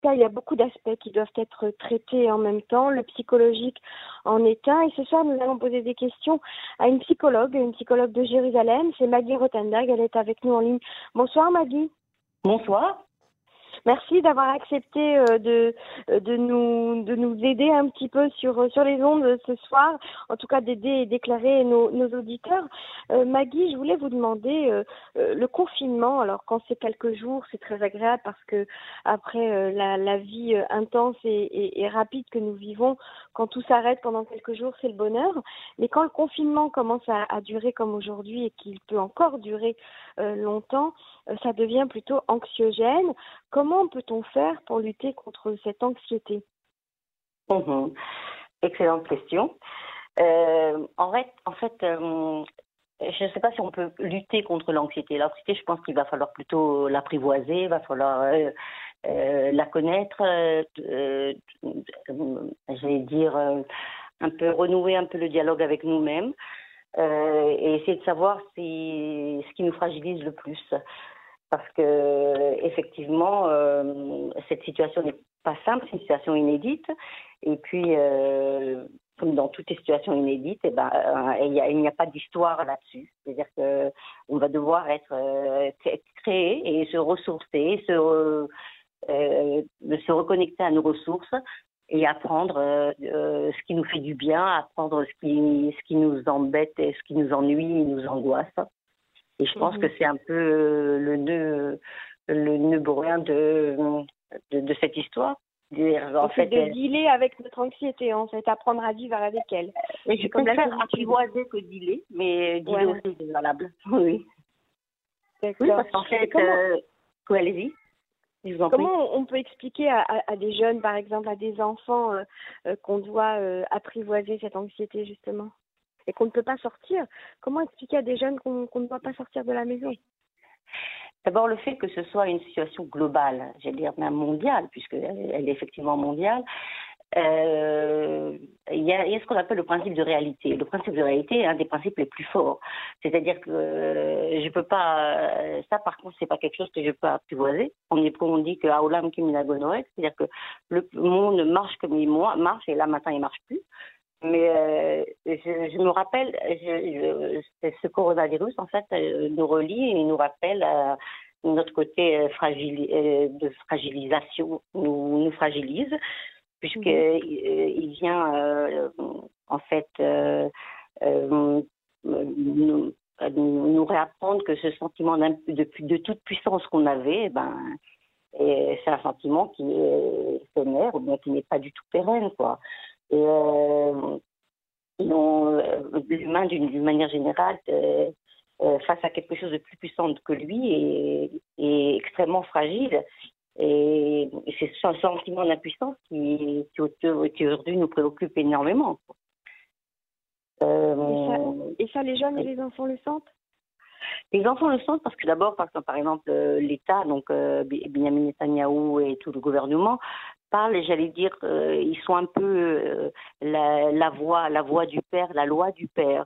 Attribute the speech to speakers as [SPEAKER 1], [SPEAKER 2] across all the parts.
[SPEAKER 1] cas, il y a beaucoup d'aspects qui doivent être traités en même temps. Le psychologique en est un. Et ce soir, nous allons poser des questions à une psychologue de Jérusalem. C'est Maggie Rothenberg. Elle est avec nous en ligne. Bonsoir Maggie.
[SPEAKER 2] Bonsoir.
[SPEAKER 1] Merci d'avoir accepté de nous aider un petit peu sur les ondes ce soir, en tout cas d'aider et d'éclairer nos auditeurs. Maggie, je voulais vous demander le confinement. Alors quand c'est quelques jours, c'est très agréable parce que après la vie intense et rapide que nous vivons, quand tout s'arrête pendant quelques jours, c'est le bonheur. Mais quand le confinement commence à durer comme aujourd'hui et qu'il peut encore durer longtemps, ça devient plutôt anxiogène. Comment peut-on faire pour lutter contre cette anxiété?
[SPEAKER 2] Excellente question. En fait, je ne sais pas si on peut lutter contre l'anxiété. L'anxiété, je pense qu'il va falloir plutôt l'apprivoiser, il va falloir la connaître, j'allais dire, un peu renouer un peu le dialogue avec nous-mêmes et essayer de savoir ce qui nous fragilise le plus. Parce que effectivement, cette situation n'est pas simple, c'est une situation inédite. Et puis, comme dans toutes les situations inédites, il n'y a pas d'histoire là-dessus. C'est-à-dire qu'on va devoir être créé et se ressourcer, se reconnecter à nos ressources et apprendre ce qui nous fait du bien, apprendre ce qui nous embête, et ce qui nous ennuie et nous angoisse. Et je pense que c'est un peu le nœud brûlant de cette histoire.
[SPEAKER 1] En fait, de dealer avec notre anxiété, en fait, apprendre à vivre avec elle.
[SPEAKER 2] Et je préfère apprivoiser que dealer, mais dealer aussi c'est valable. Oui.
[SPEAKER 1] D'accord.
[SPEAKER 2] Oui, parce qu'en fait, allez-y.
[SPEAKER 1] Comment on peut expliquer à des jeunes, par exemple, à des enfants, qu'on doit apprivoiser cette anxiété, justement, et qu'on ne peut pas sortir? Comment expliquer à des jeunes qu'on ne doit pas sortir de la maison?
[SPEAKER 2] D'abord, le fait que ce soit une situation globale, j'allais dire même mondiale, puisqu'elle est effectivement mondiale, il y a ce qu'on appelle le principe de réalité. Le principe de réalité est un des principes les plus forts. C'est-à-dire que je peux pas, ça par contre, c'est pas quelque chose que je peux apprivoiser. On dit que Aolam Kiminagonoek, c'est-à-dire que le monde marche comme il marche et là maintenant il marche plus. Mais je me rappelle, ce coronavirus, en fait, nous relie et nous rappelle notre côté de fragilisation, nous fragilise, puisqu'il vient, en fait, nous réapprendre que ce sentiment de toute puissance qu'on avait, c'est un sentiment qui est éphémère ou bien qui n'est pas du tout pérenne, quoi. Et l'humain, d'une manière générale, face à quelque chose de plus puissant que lui, est extrêmement fragile. Et c'est ce sentiment d'impuissance qui aujourd'hui nous préoccupe énormément.
[SPEAKER 1] Et ça, les jeunes et les enfants le sentent?
[SPEAKER 2] Les enfants le sentent parce que d'abord, par exemple, l'État, donc Benyamin Netanyahou et tout le gouvernement, parlent, j'allais dire, ils sont un peu la voix du père, la loi du père.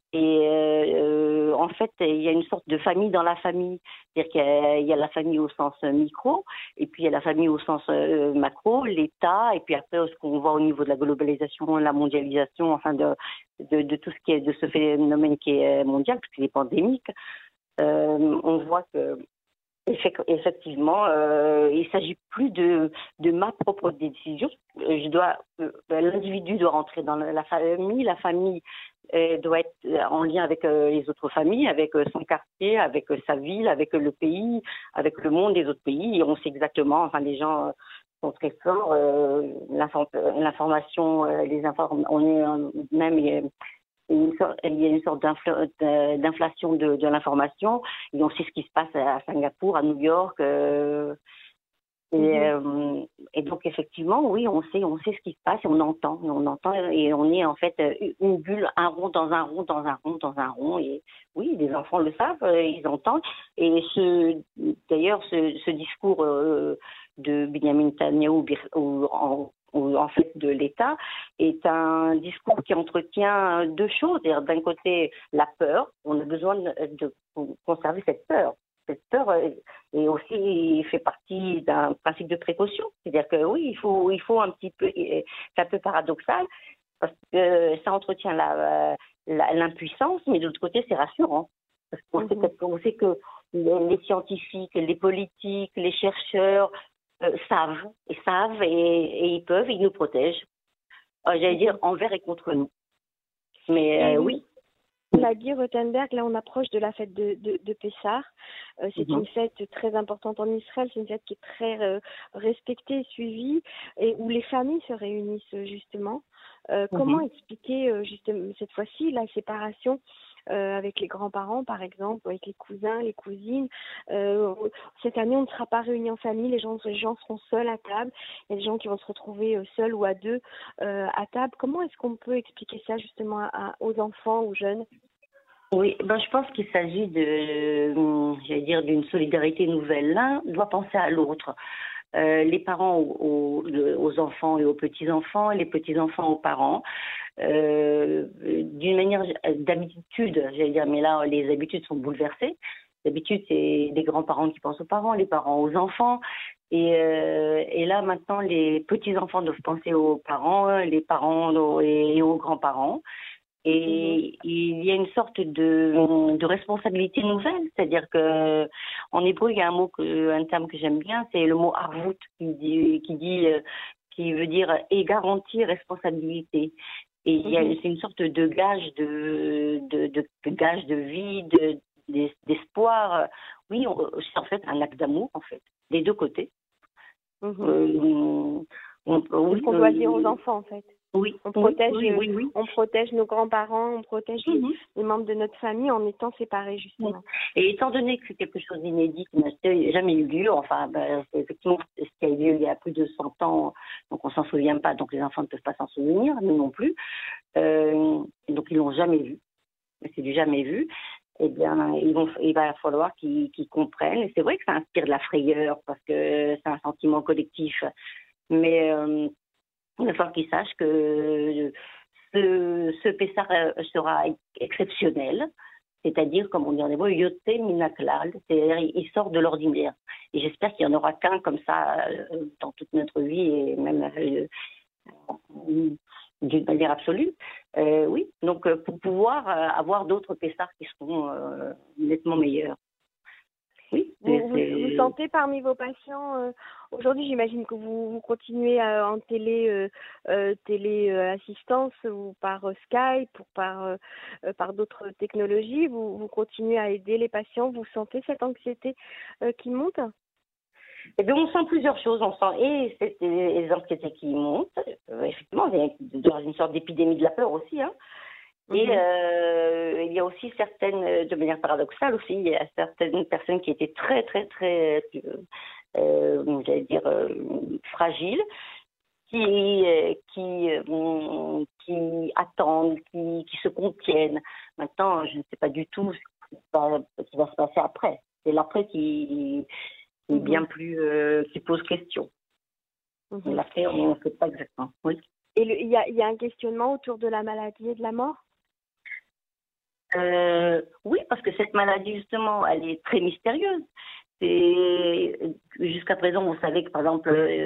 [SPEAKER 2] Et en fait, il y a une sorte de famille dans la famille. C'est-à-dire qu'il y a la famille au sens micro, et puis il y a la famille au sens macro, l'État, et puis après, ce qu'on voit au niveau de la globalisation, la mondialisation, enfin de tout ce qui est de ce phénomène qui est mondial, puisqu'il est pandémique. On voit que effectivement, il s'agit plus de ma propre décision. L'individu doit rentrer dans la famille doit être en lien avec les autres familles, avec son quartier, avec sa ville, avec le pays, avec le monde des autres pays. Et on sait exactement, enfin les gens sont très forts, l'information, on est même il y a une sorte d'inflation de l'information, et on sait ce qui se passe à Singapour, à New York, et donc effectivement, oui, on sait ce qui se passe, et on entend, et on est en fait une bulle, un rond dans un rond, dans un rond, dans un rond, et oui, les enfants le savent, ils entendent, et d'ailleurs ce discours de Benyamin Netanyahou ou en fait de l'État, est un discours qui entretient deux choses. C'est-à-dire, d'un côté, la peur, on a besoin de conserver cette peur. cette peur est aussi fait partie d'un principe de précaution. C'est-à-dire que oui, il faut un petit peu, c'est un peu paradoxal, parce que ça entretient l'impuissance, mais de l'autre côté, c'est rassurant. Parce qu'on sait que les scientifiques, les politiques, les chercheurs savent et ils peuvent, ils nous protègent. J'allais dire envers et contre nous. Mais oui.
[SPEAKER 1] Maggie Rothenberg, là on approche de la fête de Pessah. C'est une fête très importante en Israël, c'est une fête qui est très respectée et suivie, et où les familles se réunissent justement. Comment expliquer justement cette fois-ci la séparation avec les grands-parents par exemple, avec les cousins, les cousines. Cette année on ne sera pas réunis en famille, les gens seront seuls à table, il y a des gens qui vont se retrouver seuls ou à deux à table. Comment est-ce qu'on peut expliquer ça justement aux enfants, aux jeunes?
[SPEAKER 2] Oui, je pense qu'il s'agit d'une solidarité nouvelle. L'un doit penser à l'autre. Les parents aux enfants et aux petits-enfants, et les petits-enfants aux parents. D'une manière d'habitude, j'allais dire, mais là, les habitudes sont bouleversées. D'habitude, c'est les grands-parents qui pensent aux parents, les parents aux enfants. Et là, maintenant, les petits-enfants doivent penser aux parents, les parents et aux grands-parents. Et il y a une sorte de responsabilité nouvelle, c'est-à-dire que en hébreu il y a un terme que j'aime bien, c'est le mot arvout qui veut dire et garantie responsabilité. Et c'est une sorte de gage de gage de vie, d'espoir. Oui, c'est en fait un acte d'amour en fait, des deux côtés.
[SPEAKER 1] C'est ce qu'on doit dire aux enfants en fait.
[SPEAKER 2] Oui.
[SPEAKER 1] On protège nos grands-parents, on protège les membres de notre famille en étant séparés, justement.
[SPEAKER 2] Et étant donné que c'est quelque chose d'inédit qui n'a jamais eu lieu, c'est effectivement ce qui a eu lieu il y a plus de 100 ans, donc on s'en souvient pas, donc les enfants ne peuvent pas s'en souvenir, nous non plus. Donc ils l'ont jamais vu. C'est du jamais vu. Eh bien, il va falloir qu'ils comprennent. Et c'est vrai que ça inspire de la frayeur parce que c'est un sentiment collectif. Mais il va falloir qu'ils sachent que ce Pessah sera exceptionnel, c'est-à-dire, comme on dit en hébreu, yote minaklal, c'est-à-dire il sort de l'ordinaire. Et j'espère qu'il n'y en aura qu'un comme ça dans toute notre vie et même d'une manière absolue. Oui, donc pour pouvoir avoir d'autres Pessahs qui seront nettement meilleurs. Oui,
[SPEAKER 1] vous sentez parmi vos patients, aujourd'hui j'imagine que vous continuez en télé-assistance ou par Skype ou par d'autres technologies, vous continuez à aider les patients, vous sentez cette anxiété qui monte?
[SPEAKER 2] Eh bien, on sent plusieurs choses. On sent les anxiétés qui montent, effectivement, il y a une sorte d'épidémie de la peur aussi, hein. Et il y a aussi certaines, de manière paradoxale aussi, il y a certaines personnes qui étaient très, très, très, j'allais dire, fragiles, qui attendent, qui se contiennent. Maintenant, je ne sais pas du tout ce qui va se passer après. C'est l'après qui est bien plus, qui pose question. L'après, on ne sait pas exactement. Oui.
[SPEAKER 1] Et il y a un questionnement autour de la maladie et de la mort?
[SPEAKER 2] Oui, parce que cette maladie, justement, elle est très mystérieuse. Jusqu'à présent, on savait que, par exemple,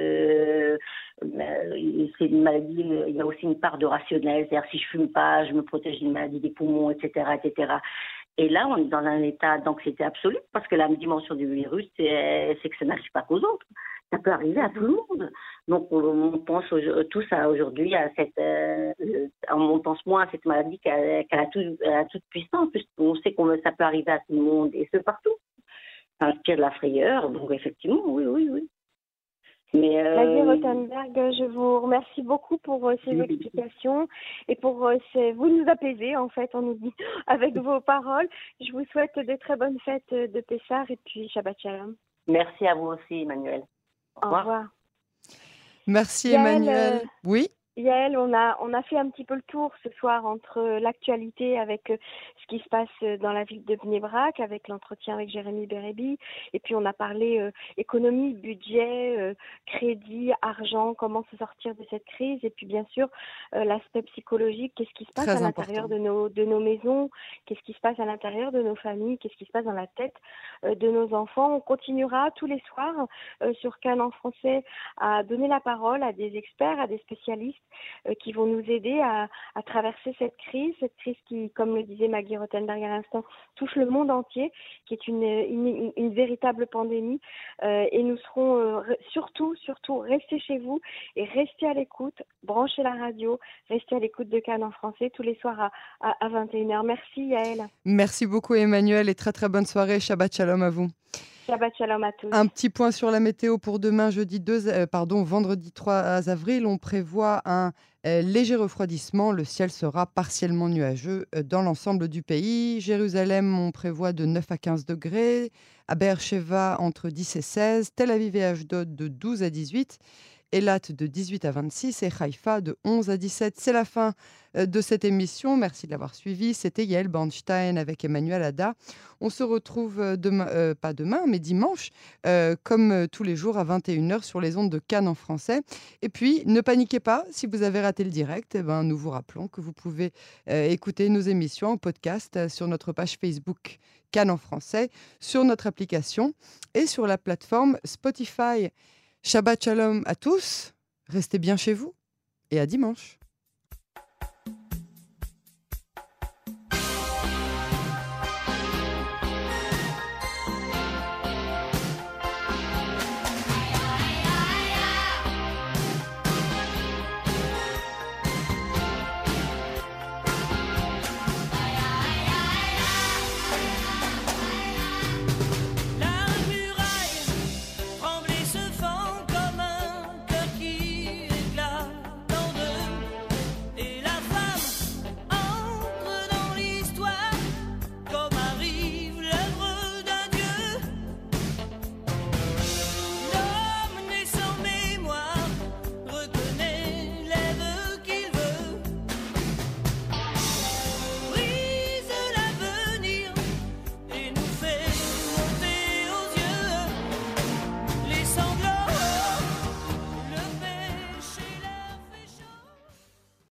[SPEAKER 2] c'est une maladie, il y a aussi une part de rationnel, c'est-à-dire si je fume pas, je me protège d'une maladie des poumons, etc., etc. Et là, on est dans un état d'anxiété absolue, parce que la dimension du virus, c'est que ça n'arrive pas qu'aux autres. Ça peut arriver à tout le monde. Donc, on pense tous aujourd'hui à on pense moins à cette maladie qu'à toute puissance, puisqu'on sait que ça peut arriver à tout le monde et ce partout. Ça inspire de la frayeur, donc effectivement, oui. Mais
[SPEAKER 1] Maggie Rothenberg, je vous remercie beaucoup pour ces explications et pour vous nous apaisez en fait, on nous dit avec vos paroles. Je vous souhaite de très bonnes fêtes de Pessah et puis Shabbat Shalom.
[SPEAKER 2] Merci à vous aussi, Emmanuel.
[SPEAKER 1] Au revoir.
[SPEAKER 3] Merci Emmanuel. Oui.
[SPEAKER 1] Yael, on a fait un petit peu le tour ce soir entre l'actualité avec ce qui se passe dans la ville de Bnei Brak, avec l'entretien avec Jérémy Bérébi, et puis on a parlé économie, budget, crédit, argent, comment se sortir de cette crise, et puis bien sûr l'aspect psychologique, qu'est-ce qui se passe à
[SPEAKER 3] Très
[SPEAKER 1] l'intérieur
[SPEAKER 3] important.
[SPEAKER 1] de nos maisons, qu'est-ce qui se passe à l'intérieur de nos familles, qu'est-ce qui se passe dans la tête de nos enfants. On continuera tous les soirs sur Cannes en français à donner la parole à des experts, à des spécialistes qui vont nous aider à traverser cette crise qui, comme le disait Maggie Rothenberg à l'instant, touche le monde entier, qui est une véritable pandémie. Et nous serons surtout, restez chez vous et restez à l'écoute, branchez la radio, restez à l'écoute de Cannes en français tous les soirs à 21h. Merci Yael.
[SPEAKER 3] Merci beaucoup Emmanuel et très très bonne soirée. Shabbat shalom à vous.
[SPEAKER 1] Shabbat shalom à tous.
[SPEAKER 3] Un petit point sur la météo pour demain, vendredi 3 avril. On prévoit un léger refroidissement. Le ciel sera partiellement nuageux dans l'ensemble du pays. Jérusalem, on prévoit de 9 à 15 degrés. À Beersheva, entre 10 et 16. Tel Aviv et Ashdod, de 12 à 18. Eilat, de 18 à 26. Et Haïfa, de 11 à 17. C'est la fin de cette émission. Merci de l'avoir suivi. C'était Yael Bornstein avec Emmanuel Ada. On se retrouve pas demain, mais dimanche, comme tous les jours à 21h sur les ondes de Cannes en français. Et puis, ne paniquez pas, si vous avez raté le direct, nous vous rappelons que vous pouvez écouter nos émissions en podcast sur notre page Facebook Cannes en français, sur notre application et sur la plateforme Spotify. Shabbat Shalom à tous, restez bien chez vous et à dimanche.